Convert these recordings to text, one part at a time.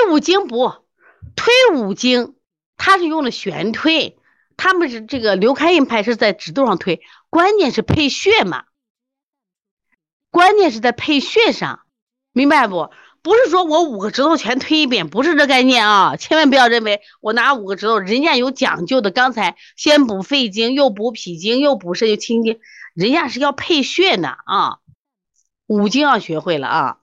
五经不，推五经，它是用了悬推，他们是这个刘开印派是在指肚上推，关键是配穴嘛，关键是在配穴上，明白不？不是说我5个指头全推一遍，不是这概念啊！千万不要认为我拿5个指头，人家有讲究的。刚才先补肺经，又补脾经，又补肾，又清经，人家是要配穴呢啊！五经要学会了啊。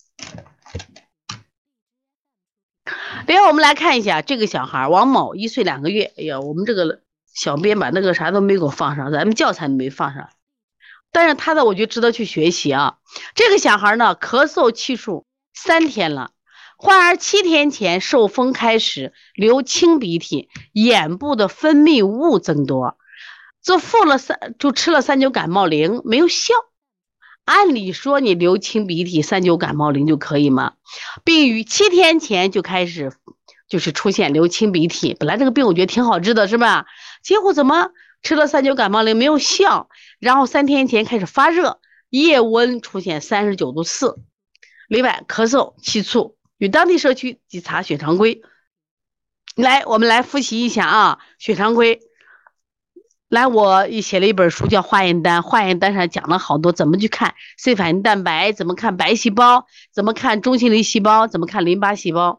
另外我们来看一下这个小孩王某1岁2个月，哎呀，我们这个小编把那个啥都没给我放上，咱们教材没放上，但是他的我觉得值得去学习啊。这个小孩呢，咳嗽气数3天了，患儿7天前受风开始流清鼻涕，眼部的分泌物增多，就吃了3九感冒灵没有效。按理说你流清鼻涕3九感冒灵就可以吗？并于7天前就开始就是出现流清鼻涕，本来这个病我觉得挺好治的是吧？结果怎么吃了3九感冒灵没有效，然后3天前开始发热，夜温出现39度4，另外咳嗽气促，与当地社区稽查血常规。来，我们来复习一下啊，血常规。来，我写了一本书叫化验单，化验单上讲了好多怎么去看 C 反应蛋白，怎么看白细胞，怎么看中性粒细胞，怎么看淋巴细胞。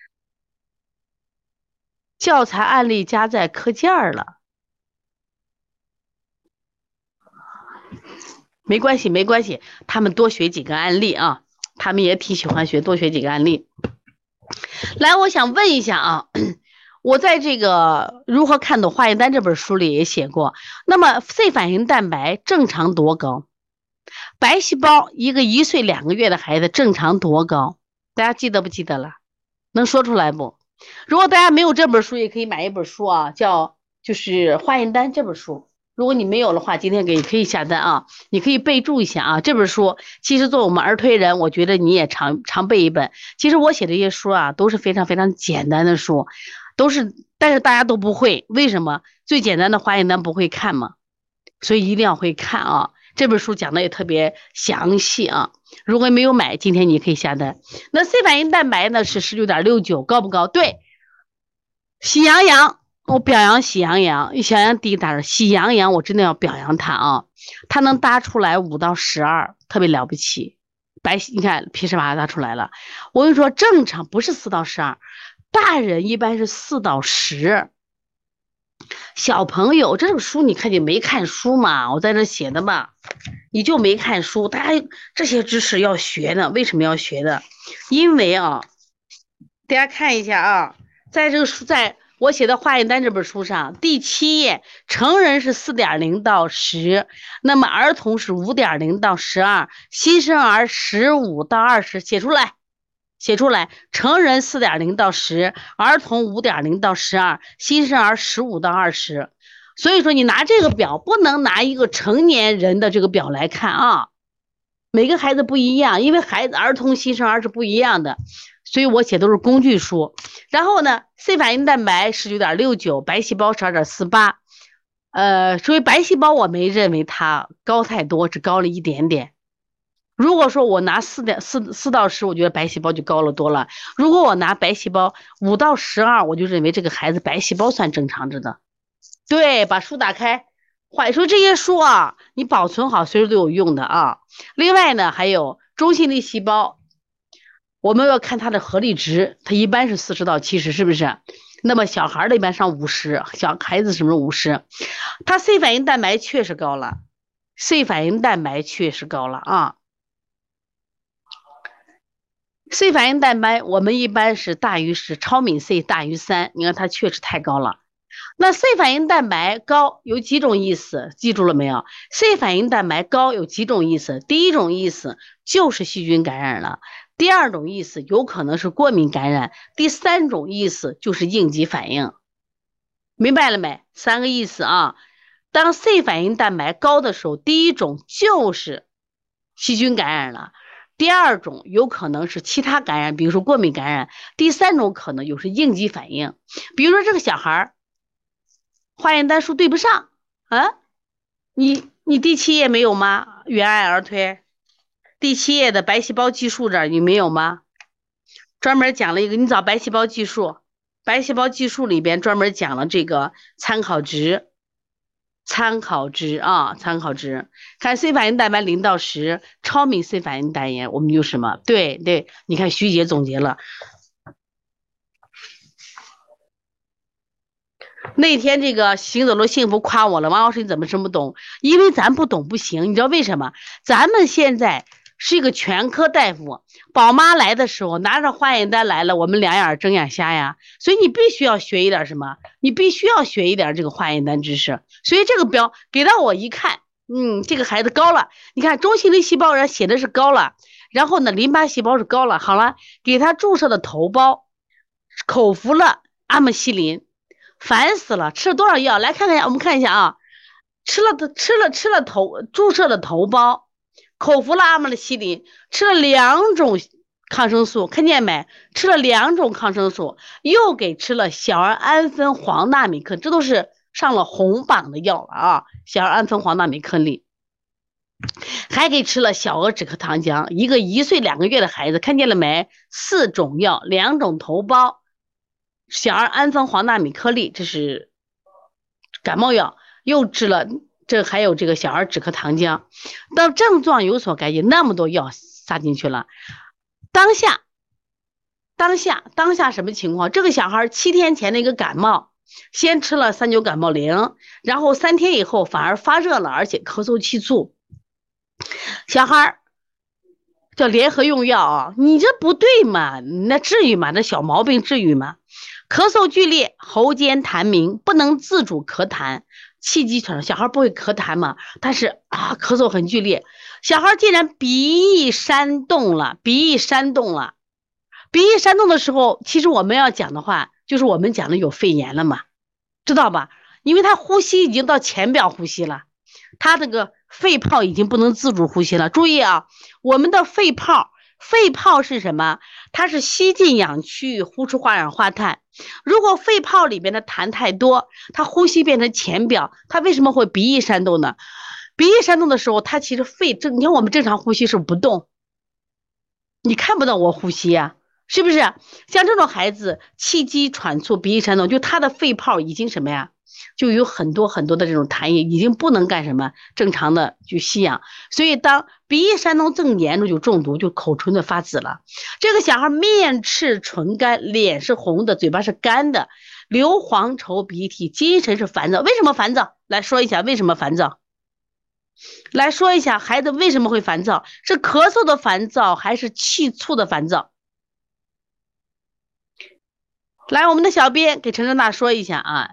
教材案例加在课件了，没关系没关系，他们多学几个案例啊，他们也挺喜欢学，多学几个案例。来，我想问一下啊，我在这个如何看懂化验单这本书里也写过，那么 C 反应蛋白正常多高？白细胞一个1岁2个月的孩子正常多高？大家记得不记得了？能说出来不？如果大家没有这本书，也可以买一本书啊，就是化验单这本书。如果你没有的话，今天可以下单啊，你可以备注一下啊。这本书其实作为我们儿推人，我觉得你也常备一本。其实我写这些书啊，都是非常非常简单的书，但是大家都不会，为什么？最简单的化验单不会看嘛，所以一定要会看啊。这本书讲的也特别详细啊，如果没有买，今天你可以下单。那 C 反应蛋白呢是19.69，高不高？对，喜羊羊，我表扬喜羊羊，喜羊羊第一大人，喜羊羊我真的要表扬他啊，他能搭出来5到12，特别了不起。你看皮实把它搭出来了。我跟你说，正常不是4到12，大人一般是4到10。小朋友，这种书你看你没看书嘛？我在这写的嘛，你就没看书。大家这些知识要学呢，为什么要学的？因为啊，大家看一下啊，在这个书，在我写的化验单这本书上，第7页，成人是4.0到10，那么儿童是5.0到12，新生儿15到20，写出来，成人4.0到10，儿童5.0到12，新生儿15到20。所以说你拿这个表，不能拿一个成年人的这个表来看啊，每个孩子不一样，因为儿童、新生儿是不一样的，所以我写都是工具书。然后呢 ，C 反应蛋白19.69，白细胞12.48。所以白细胞我没认为它高太多，只高了一点点。如果说我拿4到10，我觉得白细胞就高了多了。如果我拿白细胞5到12，我就认为这个孩子白细胞算正常着的。对，把书打开，说这些书啊，你保存好，随时都有用的啊。另外呢，还有中性粒细胞，我们要看它的合力值，它一般是40到70，是不是？那么小孩的一般上50，小孩子什么50？它 C 反应蛋白确实高了，C 反应蛋白确实高了啊。C 反应蛋白我们一般是大于10，超敏 C 大于3，你看它确实太高了。那 C 反应蛋白高有几种意思，记住了没有？ C 反应蛋白高有几种意思，第一种意思就是细菌感染了，第二种意思有可能是过敏感染，第三种意思就是应激反应。明白了没？3个意思啊。当 C 反应蛋白高的时候，第一种就是细菌感染了，第二种有可能是其他感染，比如说过敏感染，第三种可能又是应激反应。比如说这个小孩化验单数对不上啊，你第7页没有吗？原爱儿推第7页的白细胞计数这儿你没有吗？ 专门讲了一个，你找白细胞计数，白细胞计数里边专门讲了这个参考值，参考值啊，参考值，看 C 反应蛋白0到10，超敏 C 反应单元，我们就什么？对对，你看徐姐总结了。那天这个行走的幸福夸我了，王老师你怎么这么懂？因为咱不懂不行，你知道为什么？咱们现在是一个全科大夫，宝妈来的时候拿着化验单来了，我们两眼睁眼瞎呀，所以你必须要学一点什么？你必须要学一点这个化验单知识。所以这个表给到我一看，这个孩子高了，你看中性粒细胞上写的是高了，然后呢淋巴细胞是高了，好了，给他注射的头孢，口服了阿莫西林。烦死了，吃了多少药？来看看一下，我们看一下啊，吃了注射的头孢，口服了阿莫西林，吃了2种抗生素，看见没？吃了2种抗生素，又给吃了小儿氨酚黄纳米颗，这都是上了红榜的药了啊！小儿氨酚黄纳米颗粒，还给吃了小额止咳糖浆，一个1岁2个月的孩子，看见了没？4种药，2种头孢。小儿氨酚黄纳米颗粒，这是感冒药，又治了这还有这个小儿止咳糖浆，当症状有所改进，那么多药撒进去了，当下什么情况？这个小孩7天前的一个感冒，先吃了39感冒灵，然后3天以后反而发热了，而且咳嗽气促，小孩叫联合用药啊，你这不对嘛？那至于吗？这小毛病至于吗？咳嗽剧烈，喉间痰鸣，不能自主咳痰，气机喘。小孩不会咳痰嘛？但是咳嗽很剧烈，小孩竟然鼻翼煽动了，鼻翼煽动的时候，其实我们要讲的话，就是我们讲的有肺炎了嘛，知道吧？因为他呼吸已经到浅表呼吸了，他这个肺泡已经不能自主呼吸了。注意啊，我们的肺泡是什么？它是吸进氧气，呼出二氧化碳。如果肺泡里边的痰太多，它呼吸变成浅表，它为什么会鼻翼煽动呢？鼻翼煽动的时候，它其实你看我们正常呼吸是不动，你看不到我呼吸呀，是不是？像这种孩子气机喘促，鼻翼煽动，就他的肺泡已经什么呀？就有很多很多的这种痰液已经不能干什么正常的去吸氧，所以当鼻翼煽动更严重就中毒，就口唇的发紫了。这个小孩面赤唇干，脸是红的，嘴巴是干的，流黄稠鼻涕，精神是烦躁。为什么烦躁？来说一下为什么烦躁？来说一下孩子为什么会烦躁？是咳嗽的烦躁还是气促的烦躁？来，我们的小编给陈正大说一下啊。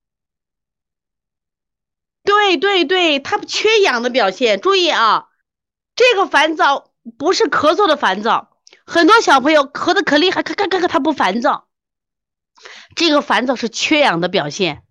对，他缺氧的表现。注意啊，这个烦躁不是咳嗽的烦躁，很多小朋友咳得可厉害，咳，他不烦躁，这个烦躁是缺氧的表现，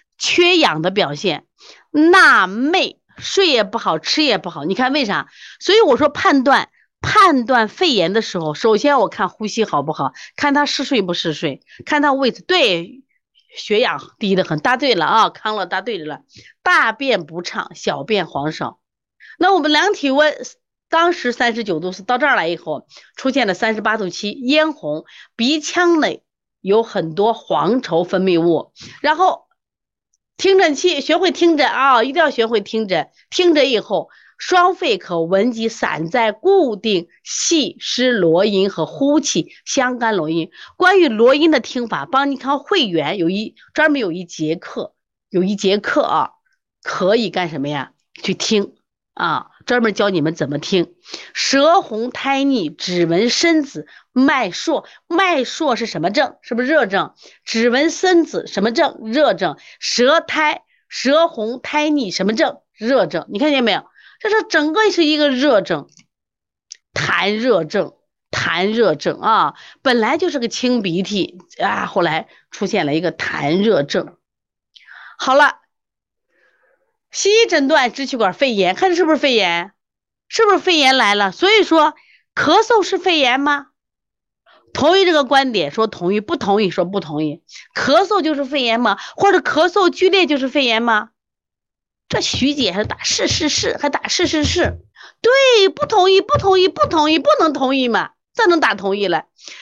纳闷，睡也不好，吃也不好，你看为啥？所以我说判断肺炎的时候，首先我看呼吸好不好，看他嗜睡不嗜睡，看他位置，对，血氧低得很，答对了啊，康乐答对了，大便不畅，小便黄少。那我们量体温，当时39度4，到这儿来以后出现了38度7，咽红，鼻腔内有很多黄稠分泌物，然后听诊器学会听诊啊，一定要学会听诊。听诊以后，双肺可闻及散在固定细湿罗音和呼气相干罗音。关于罗音的听法，帮你看会员专门有一节课啊，可以干什么呀？去听啊，专门教你们怎么听。舌红苔腻，指纹深紫，脉硕是什么症？是不是热症？指纹深紫什么症？热症。舌红苔腻什么症？热症。你看见没有？这是整个是一个热症，痰热症啊，本来就是个清鼻涕啊，后来出现了一个痰热症。好了。西医诊断支气管肺炎，看是不是肺炎？是不是肺炎来了？所以说咳嗽是肺炎吗？同意这个观点说同意，不同意说不同意。咳嗽就是肺炎吗？或者咳嗽剧烈就是肺炎吗？这徐姐还打是，还打是。对，不同意，不能同意嘛？这能打同意了。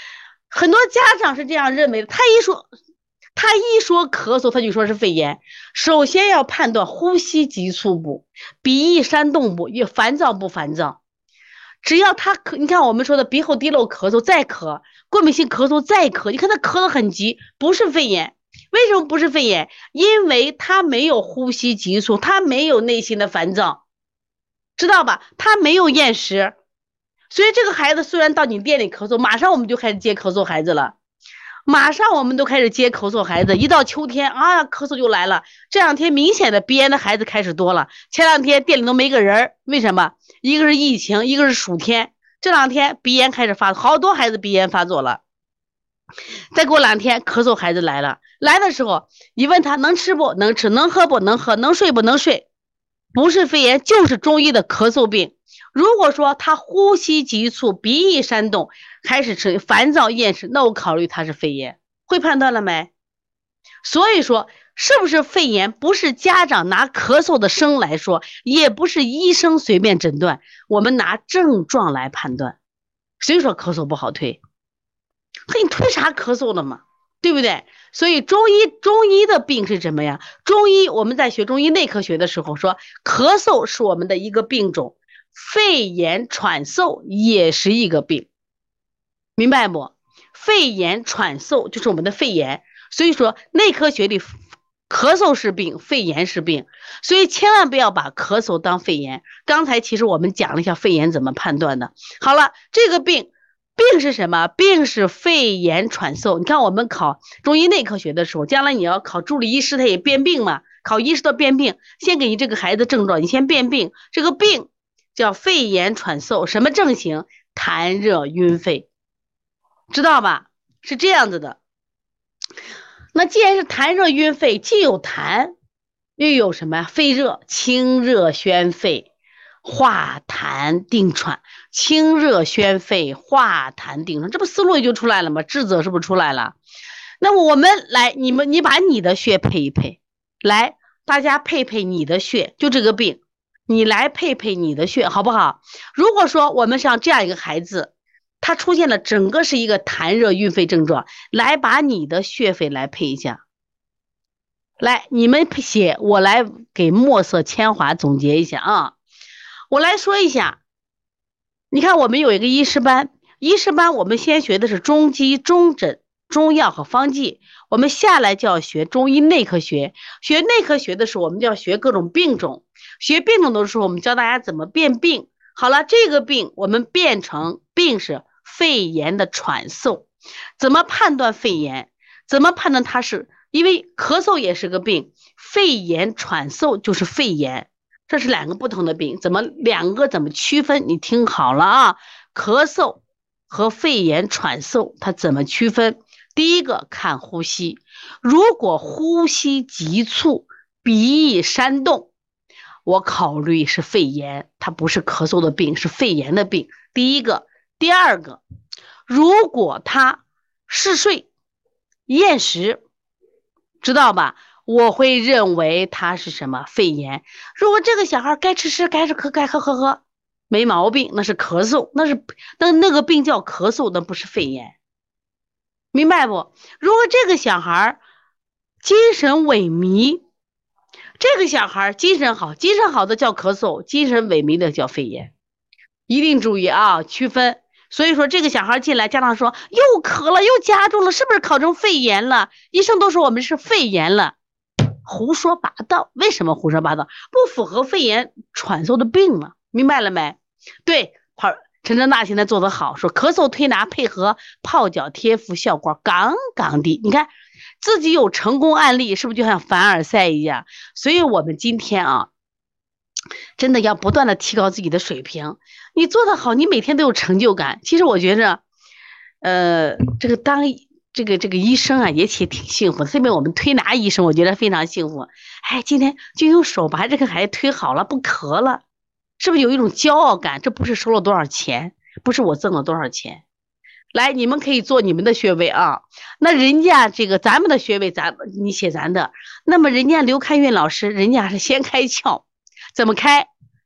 很多家长是这样认为的，他一说咳嗽，他就说是肺炎。首先要判断呼吸急促不，鼻翼煽动不，也烦躁不烦躁。只要他咳，你看我们说的鼻后滴漏咳嗽再咳，过敏性咳嗽再咳，你看他咳得很急，不是肺炎。为什么不是肺炎？因为他没有呼吸急促，他没有内心的烦躁，知道吧？他没有厌食。所以这个孩子虽然到你店里咳嗽，马上我们就开始接咳嗽孩子了。马上我们都开始接咳嗽孩子，一到秋天啊，咳嗽就来了。这两天明显的鼻炎的孩子开始多了，前两天店里都没个人，为什么？一个是疫情，一个是暑天，这两天鼻炎开始发，好多孩子鼻炎发作了。再过两天咳嗽孩子来了，来的时候你问他能吃不能吃，能喝不能喝，能睡不能睡，不是肺炎就是中医的咳嗽病。如果说他呼吸急促，鼻翼煽动，开始吃烦躁厌食，那我考虑他是肺炎。会判断了没？所以说是不是肺炎，不是家长拿咳嗽的声来说，也不是医生随便诊断，我们拿症状来判断。所以说咳嗽不好推，你推啥咳嗽了嘛，对不对？所以中医的病是什么呀？中医我们在学中医内科学的时候说，咳嗽是我们的一个病种，肺炎喘嗽也是一个病，明白不？肺炎喘嗽就是我们的肺炎，所以说内科学里咳嗽是病，肺炎是病，所以千万不要把咳嗽当肺炎。刚才其实我们讲了一下肺炎怎么判断的。好了，这个病是什么？病是肺炎喘嗽。你看我们考中医内科学的时候，将来你要考助理医师，他也辨病嘛，考医师的辨病，先给你这个孩子症状，你先辨病。这个病叫肺炎喘嗽，什么症型？痰热晕肺，知道吧？是这样子的。那既然是痰热晕肺，既有痰，又有什么呀？肺热，清热宣肺，化痰定喘。清热宣肺，化痰定喘，这不思路也就出来了吗？治则是不是出来了？那么我们来，你把你的穴配一配，来，大家配配你的穴，就这个病，你来配配你的穴，好不好？如果说我们像这样一个孩子，他出现了整个是一个痰热晕肺症状，来把你的穴位来配一下。来，你们写，我来给墨色铅华总结一下啊。我来说一下，你看我们有一个医师班，医师班我们先学的是中基、中诊、中药和方剂，我们下来就要学中医内科学。学内科学的时候，我们就要学各种病种。学病种的时候，我们教大家怎么辨病。好了，这个病我们辨成病是肺炎的喘嗽，怎么判断肺炎？怎么判断它是？因为咳嗽也是个病，肺炎喘嗽就是肺炎，这是两个不同的病，两个怎么区分？你听好了啊，咳嗽和肺炎喘嗽它怎么区分？第一个看呼吸，如果呼吸急促，鼻翼煽动，我考虑是肺炎，它不是咳嗽的病，是肺炎的病。第一个。第二个，如果他嗜睡、厌食，知道吧？我会认为他是什么肺炎。如果这个小孩该吃吃，该吃喝该喝，没毛病，那是咳嗽，那个病叫咳嗽，那不是肺炎，明白不？如果这个小孩精神萎靡，这个小孩精神好的叫咳嗽，精神萎靡的叫肺炎，一定注意啊，区分。所以说这个小孩进来，家长说又咳了，又加重了，是不是考成肺炎了？医生都说我们是肺炎了，胡说八道。为什么胡说八道？不符合肺炎喘嗽的病了，明白了没？对，陈正大现在做得好，说咳嗽推拿配合泡脚贴敷效果杠杠的。你看自己有成功案例，是不是就像凡尔赛一样？所以我们今天啊，真的要不断的提高自己的水平，你做得好，你每天都有成就感。其实我觉着，当这个医生啊，也挺幸福的。特别我们推拿医生，我觉得非常幸福。哎，今天就用手把这个孩子推好了，不咳了，是不是有一种骄傲感？这不是收了多少钱，不是我挣了多少钱。来，你们可以做你们的穴位啊。那人家这个咱们的穴位，你写咱的。那么人家刘开运老师，人家是先开窍。怎么开？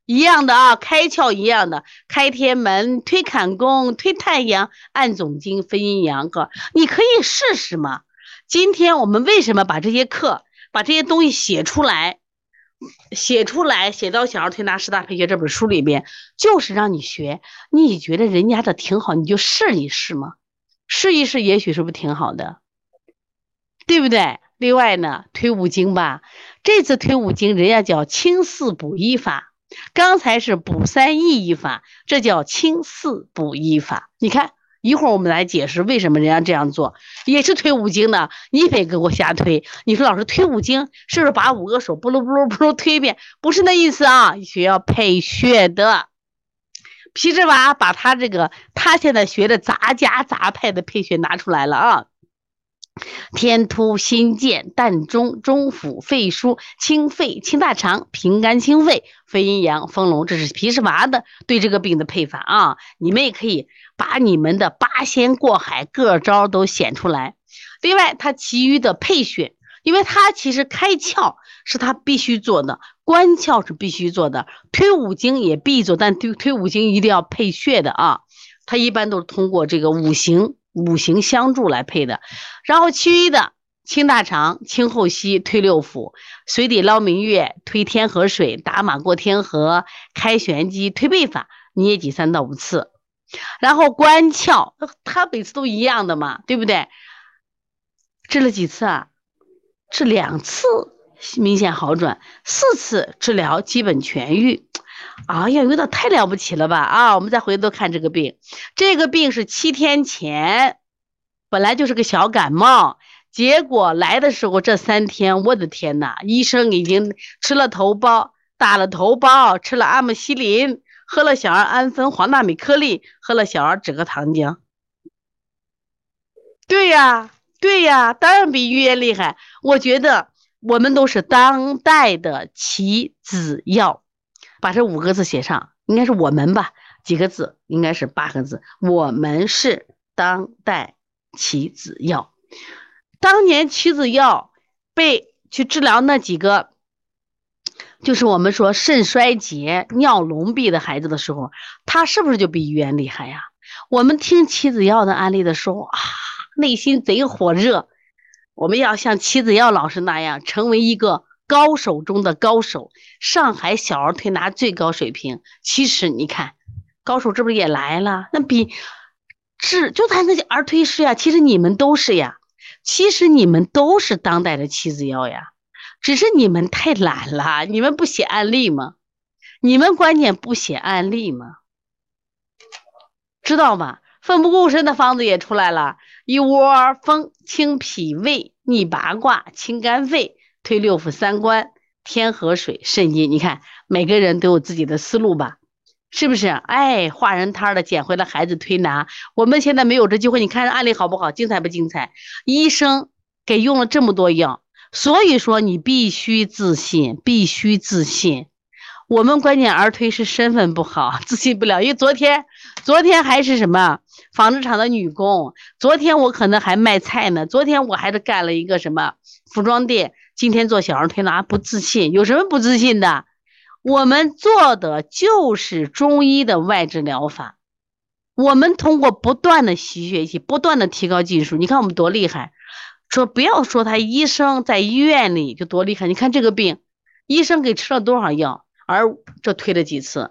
一样的啊，开窍一样的，开天门、推坎宫、推太阳、按总经、分阴阳个，你可以试试嘛。今天我们为什么把这些课、把这些东西写出来？写出来，写到小儿推拿十大配穴这本书里边，就是让你学。你觉得人家的挺好，你就试一试嘛，试一试，也许是不是挺好的，对不对？另外呢，推五经吧，这次推五经，人家叫清四补一法，刚才是补三益一法，这叫清四补一法。你看，一会儿我们来解释为什么人家这样做，也是推五经的，你别给我瞎推。你说老师推五经是不是把5个手不噜不噜不噜推一遍？不是那意思啊，需要配穴的。皮质娃把他现在学的杂家杂派的配穴拿出来了啊。天突、心剑、膻中、中府、肺腧、清肺、清大肠、平肝清肺、肺阴阳、丰隆，这是皮质娃的对这个病的配法啊。你们也可以把你们的八仙过海各招都显出来。另外，它其余的配穴，因为它其实开窍是它必须做的，关窍是必须做的，推五经也必做，但推五经一定要配穴的啊。它一般都是通过这个五行相助来配的。然后其余的清大肠、清后溪、推六腑、水底捞明月、推天河水、打马过天河、开玄机、推背法，捏脊3到5次。然后关窍，它每次都一样的嘛，对不对？治了几次啊？治2次，明显好转；4次治疗基本痊愈。哎呀，有点太了不起了吧啊！我们再回头看这个病，这个病是7天前，本来就是个小感冒，结果来的时候这3天，我的天呐，医生已经吃了头孢，打了头孢，吃了阿莫西林，喝了小儿氨酚黄大米颗粒，喝了小儿止咳糖浆。对呀，对呀，当然比医院厉害。我觉得我们都是当代的奇子药。把这5个字写上，应该是我们吧？几个字？应该是8个字。我们是当代奇子药。当年奇子药被去治疗那几个，就是我们说肾衰竭、尿脓闭的孩子的时候，他是不是就比医院厉害呀？我们听奇子药的案例的时候啊，内心贼火热。我们要像奇子药老师那样，成为一个高手中的高手，上海小儿推拿最高水平。其实你看，高手这不是也来了？那比就他那些儿推师呀，其实你们都是呀，其实你们都是当代的奇子药呀，只是你们太懒了，你们不写案例吗？你们关键不写案例吗？知道吗？奋不顾身的方子也出来了，一窝蜂清脾胃、逆八卦、清肝肺、推六腑3关、天河水、肾阴。你看每个人都有自己的思路吧，是不是？哎，画人摊的捡回了孩子推拿。我们现在没有这机会，你看案例好不好？精彩不精彩？医生给用了这么多药，所以说你必须自信，必须自信。我们关键儿推是身份不好，自信不了。因为昨天还是什么纺织厂的女工，昨天我可能还卖菜呢，昨天我还是干了一个什么服装店，今天做小儿推拿不自信，有什么不自信的？我们做的就是中医的外治疗法，我们通过不断的学习，不断的提高技术。你看我们多厉害！说不要说他医生在医院里就多厉害，你看这个病，医生给吃了多少药？而这推了几次，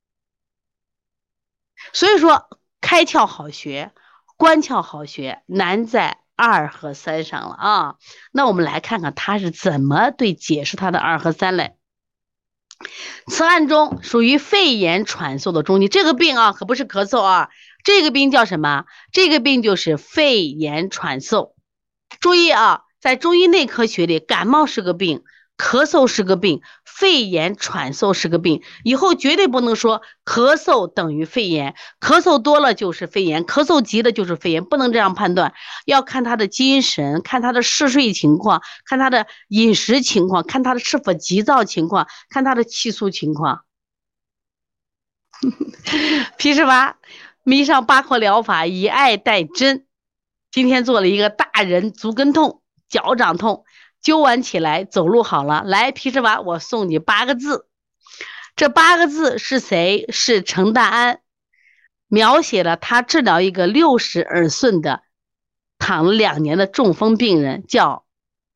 所以说开窍好学，关窍好学，难在2和3上了啊。那我们来看看他是怎么对解释他的2和3来。此案中属于肺炎喘嗽的中医，这个病啊可不是咳嗽啊，这个病叫什么？这个病就是肺炎喘嗽。注意啊，在中医内科学里，感冒是个病，咳嗽是个病，肺炎喘嗽是个病。以后绝对不能说咳嗽等于肺炎，咳嗽多了就是肺炎，咳嗽急了就是肺炎，不能这样判断。要看他的精神，看他的嗜睡情况，看他的饮食情况，看他的是否急躁情况，看他的气肃情况。皮什娃迷上8廓疗法，以爱代真。今天做了一个大人足跟痛、脚掌痛，灸完起来走路好了。来，皮什娃，我送你8个字： 这8个字是谁？是程大安，描写了他治疗一个60耳顺的躺了2年的中风病人，叫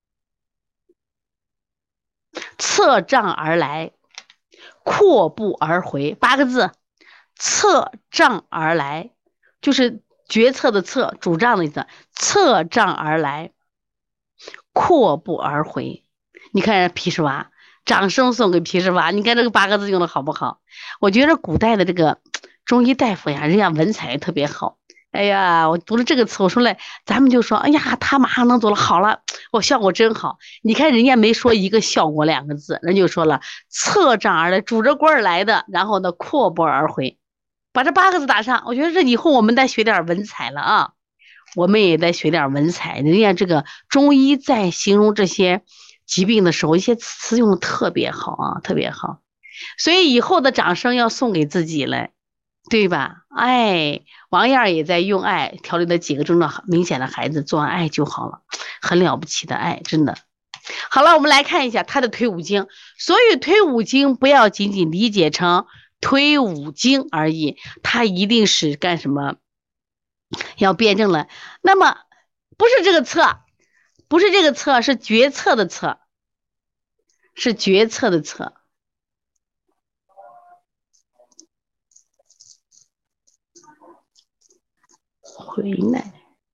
侧杖而来，阔步而回。8个字，侧杖而来，就是决策的策，主张的意思。侧杖而来，阔步而回。你看皮实娃，掌声送给皮实娃。你看这个8个字用的好不好？我觉得古代的这个中医大夫呀，人家文采特别好。哎呀，我读了这个词，我说嘞，咱们就说，哎呀，他马上能走了，好了，我效果真好。你看人家没说一个效果2个字，人就说了侧杖而来，拄着棍儿来的，然后呢阔步而回，把这8个字打上。我觉得这以后我们再学点文采了啊，我们也得学点文采。人家这个中医在形容这些疾病的时候，一些词用的特别好啊，特别好。所以以后的掌声要送给自己了。对吧？哎，王燕儿也在用爱调理的几个症状明显的孩子，做完爱就好了，很了不起的爱，真的。好了，我们来看一下他的推五经。所以推五经不要仅仅理解成推五经而已，它一定是干什么？要辩证了。那么不是这个策，不是这个策，是决策的策，是决策的策。回来，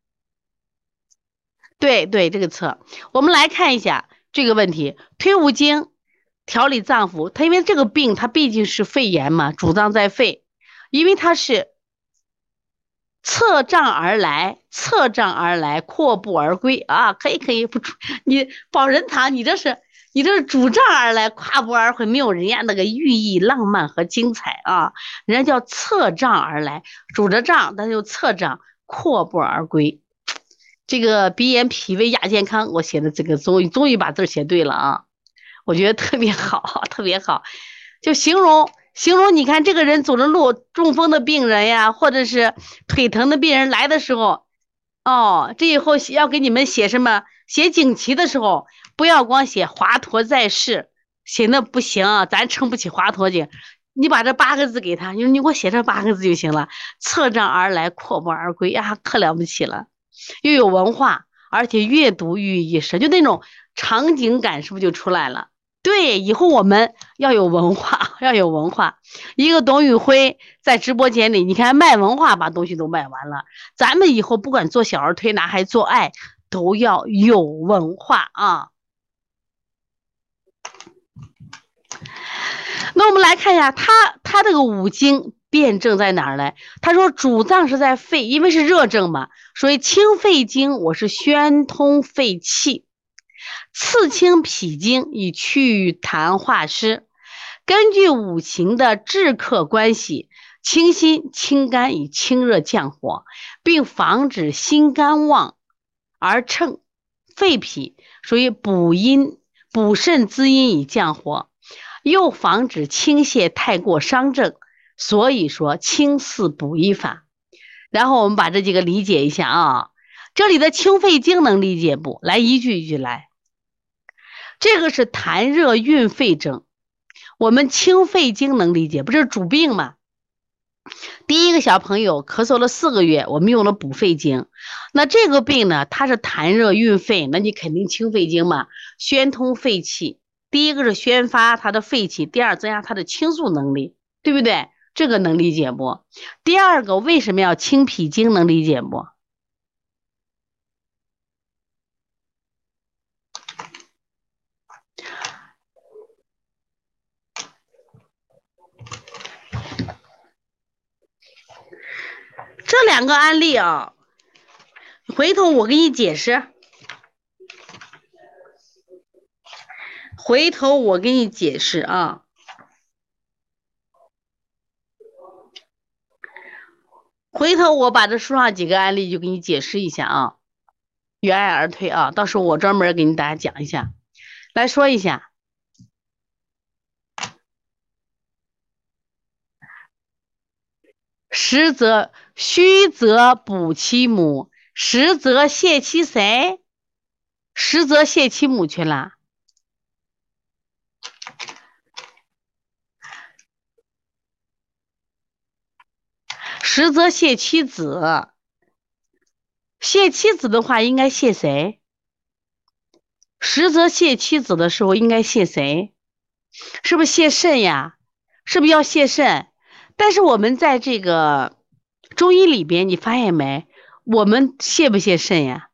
对对，这个策，我们来看一下这个问题。推五经调理脏腑，它因为这个病它毕竟是肺炎嘛，主脏在肺，因为它是侧杖而来，侧杖而来，阔步而归啊，可以可以，不出你保仁堂，你这是拄杖而来，跨步而回，没有人家那个寓意浪漫和精彩啊，人家叫侧杖而来，拄着杖，但是又侧杖，阔步而归。这个鼻炎脾胃亚健康，我写的这个终于把字写对了啊，我觉得特别好，特别好，就形容，你看这个人走着路，中风的病人呀，或者是腿疼的病人来的时候，哦，这以后要给你们写什么？写锦旗的时候，不要光写华佗在世，写那不行啊，咱撑不起华佗去。你把这8个字给他，你给我写这8个字就行了，侧杖而来，阔步而归呀，可了不起了。又有文化，而且阅读寓意深，就那种场景感是不是就出来了？对，以后我们要有文化，要有文化。一个董宇辉在直播间里，你看卖文化，把东西都卖完了。咱们以后不管做小儿推拿还做爱，都要有文化啊。那我们来看一下，他这个五经辩证在哪儿呢？他说主脏是在肺，因为是热症嘛，所以清肺经我是宣通肺气，次清脾经以祛痰化湿。根据五行的治克关系，清心清肝以清热降火，并防止心肝旺而乘肺脾，属于补阴补肾滋阴以降火，又防止倾泻太过伤正，所以说清四补一法。然后我们把这几个理解一下啊，这里的清肺经能理解不？来一句一句来。这个是痰热运肺症，我们清肺经能理解不？这是主病嘛？第一个小朋友咳嗽了4个月，我们用了补肺经。那这个病呢，它是痰热运肺，那你肯定清肺经嘛，宣通肺气。第一个是宣发它的肺气，第二增加它的清肃能力，对不对？这个能理解不？第二个为什么要清脾经，能理解不？这2个案例啊，回头我给你解释。回头我给你解释啊。回头我把这书上几个案例就给你解释一下啊，原爱而退啊，到时候我专门给你大家讲一下，来说一下。虚则补其母，实则泻其谁？实则泻其母去了。 实则泻其子，泻其子的话应该泻谁？实则泻其子的时候应该泻谁？是不是泻肾呀？是不是要泻肾？但是我们在这个中医里边，你发现没？我们泻不泻肾呀？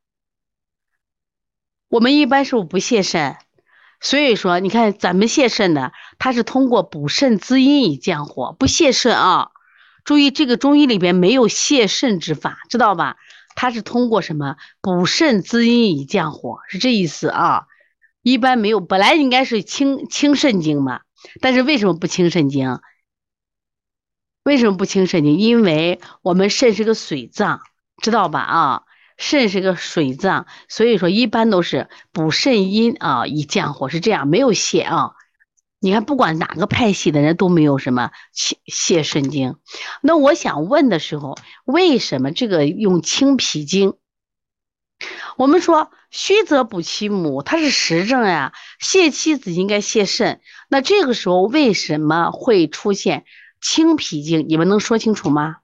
我们一般是不是不泻肾？所以说，你看咱们泻肾的，它是通过补肾滋阴以降火，不泻肾啊。注意，这个中医里边没有泻肾之法，知道吧？它是通过什么补肾滋阴以降火，是这意思啊。一般没有，本来应该是清肾经嘛，但是为什么不清肾经？为什么不清肾经？因为我们肾是个水脏，知道吧？啊，肾是个水脏，所以说一般都是补肾阴啊，以降火，是这样，没有泻啊。你看，不管哪个派系的人都没有什么泻肾经。那我想问的时候，为什么这个用清脾经？我们说虚则补其母，它是实证呀。泻其子应该泻肾，那这个时候为什么会出现清脾经？你们能说清楚吗？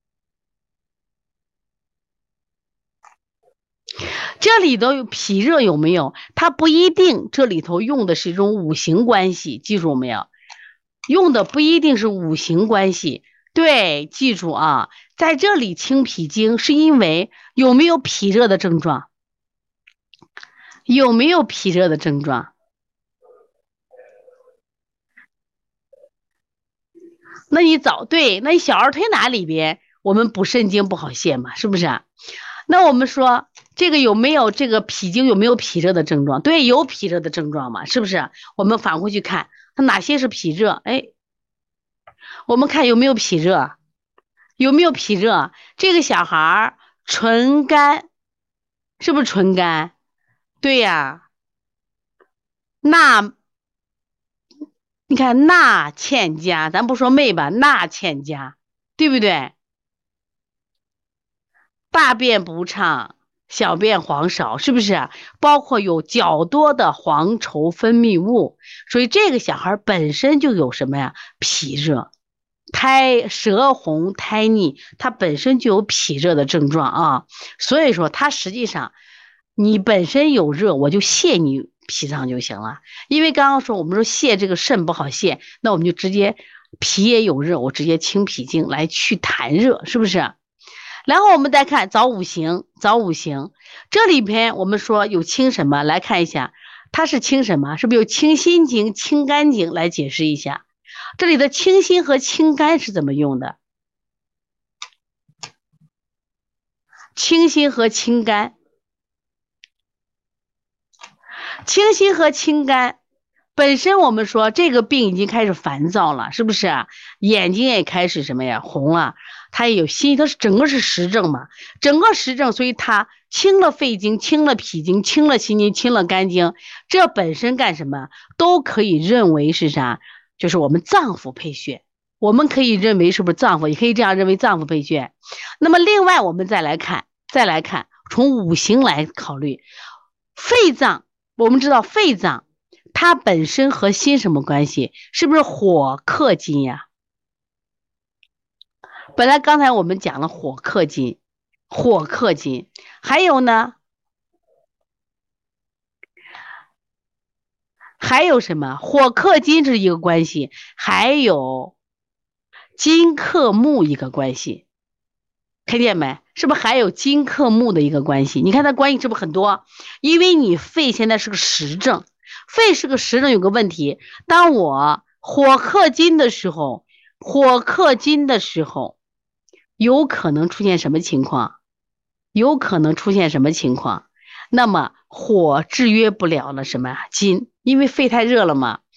这里头有脾热有没有？它不一定，这里头用的是一种五行关系，记住没有？用的不一定是五行关系。对，记住啊，在这里清脾经是因为有没有脾热的症状？有没有脾热的症状？那你对，那你小儿推拿里边，我们补肾经不好泻嘛，是不是？那我们说这个有没有这个脾经有没有脾热的症状？对，有脾热的症状嘛，是不是？我们反过去看，它哪些是脾热？哎，我们看有没有脾热，有没有脾热？这个小孩儿唇干，是不是唇干？对呀，那你看纳欠佳，咱不说妹吧，纳欠佳，对不对？大便不畅，小便黄少，是不是？包括有较多的黄稠分泌物，所以这个小孩本身就有什么呀？脾热，舌红苔腻，它本身就有脾热的症状啊。所以说，它实际上你本身有热，我就泻你脾脏就行了。因为刚刚说我们说泻这个肾不好泻，那我们就直接脾也有热，我直接清脾经来去痰热，是不是？然后我们再看找五行，找五行，这里边我们说有清什么？来看一下，它是清什么？是不是有清心经、清肝经？来解释一下，这里的清心和清肝是怎么用的？清心和清肝，清心和清肝。本身我们说这个病已经开始烦躁了，是不是啊？眼睛也开始什么呀，红了，它也有心，它是整个是实症嘛，整个实症，所以它清了肺经，清了脾经，清了心经，清了肝经，这本身干什么都可以认为是啥？就是我们脏腑配血，我们可以认为是不是脏腑，也可以这样认为脏腑配血。那么另外我们再来看，从五行来考虑，肺脏，我们知道肺脏。它本身和心什么关系？是不是火克金呀？本来刚才我们讲了火克金，火克金，还有呢？还有什么？火克金是一个关系，还有金克木一个关系，看见没？是不是还有金克木的一个关系？你看它关系是不是很多？因为你肺现在是个实症，肺是个实症，有个问题，当我火克金的时候，火克金的时候。有可能出现什么情况？有可能出现什么情况？那么火制约不了了什么金，因为肺太热了嘛。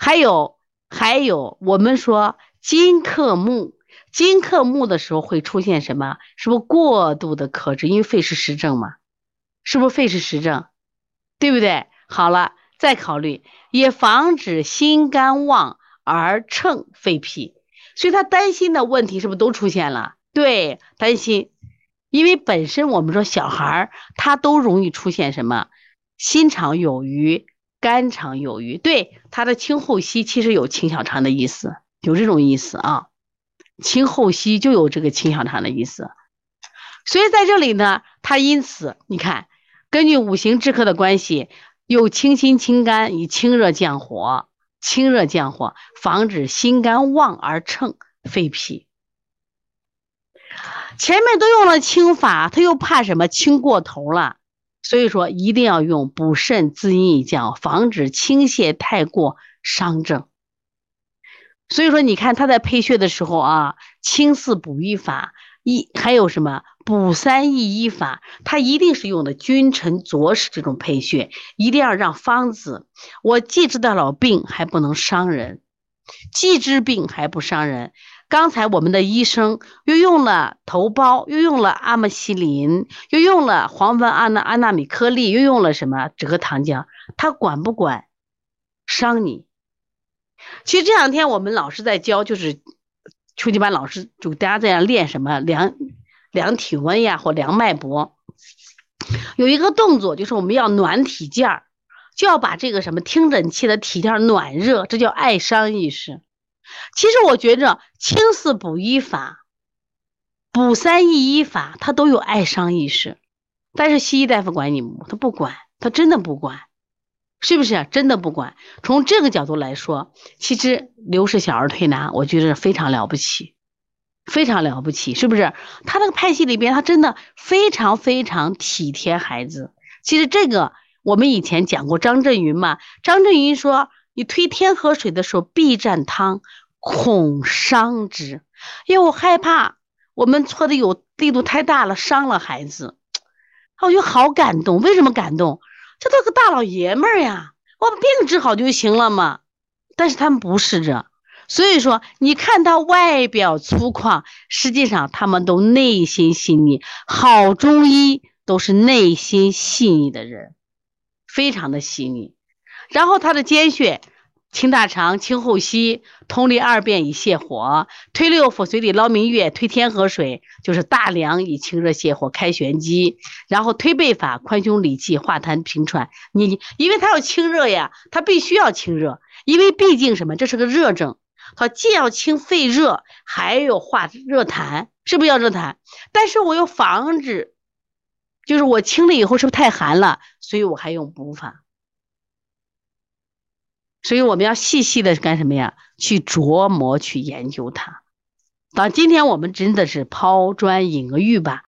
还有，我们说金克木，金克木的时候会出现什么？是不是过度的克制？因为肺是实症嘛，是不是肺是实症？对不对？好了，再考虑，也防止心肝旺而乘肺脾，所以他担心的问题是不是都出现了？对，担心，因为本身我们说小孩儿他都容易出现什么，心肠有余，肝肠有余，对，他的清后息其实有清小肠的意思，有这种意思啊。 清后溪就有这个清小肠的意思。所以在这里呢，它因此你看，根据五行之克的关系，有清心清肝，以清热降火，清热降火，防止心肝旺而乘肺脾。前面都用了清法，他又怕什么清过头了，所以说一定要用补肾滋阴以降，防止清泻太过伤正。所以说你看他在配穴的时候啊，清四补一法，还有什么补三益一法，他一定是用的君臣佐使这种配穴，一定要让方子，我既知道了病还不能伤人，既治病还不伤人。刚才我们的医生又用了头孢，又用了阿莫西林，又用了黄酚安纳米颗粒，又用了什么蔗糖浆，他管不管伤你？其实这两天我们老师在教，就是初级班老师就大家在那练什么量体温呀，或量脉搏。有一个动作就是我们要暖体件儿，就要把这个什么听诊器的体件暖热，这叫爱伤意识。其实我觉着清四补一法、补三益一法，它都有爱伤意识，但是西医大夫管你不？他不管，他真的不管。是不是真的不管？从这个角度来说，其实刘氏小儿推拿，我觉得非常了不起，非常了不起，是不是？他那个派系里边，他真的非常非常体贴孩子。其实这个我们以前讲过张振云嘛，张振云说，你推天河水的时候必蘸汤，恐伤之，因为我害怕我们搓的有力度太大了，伤了孩子。我就好感动，为什么感动？这都个大老爷们儿呀，我把病治好就行了嘛。但是他们不是这，所以说你看他外表粗犷，实际上他们都内心细腻。好中医都是内心细腻的人，非常的细腻。然后他的间穴清大肠、清后溪，通利二便以泻火，推六腑水里捞明月，推天河水就是大梁以清热泻火开玄机，然后推背法宽胸理气化痰平喘。你因为它要清热呀，它必须要清热，因为毕竟什么，这是个热症，它既要清肺热，还有化热痰，是不是要热痰？但是我又防止，就是我清了以后是不是太寒了，所以我还用补法。所以我们要细细的干什么呀？去琢磨，去研究它。到今天我们真的是抛砖引玉吧。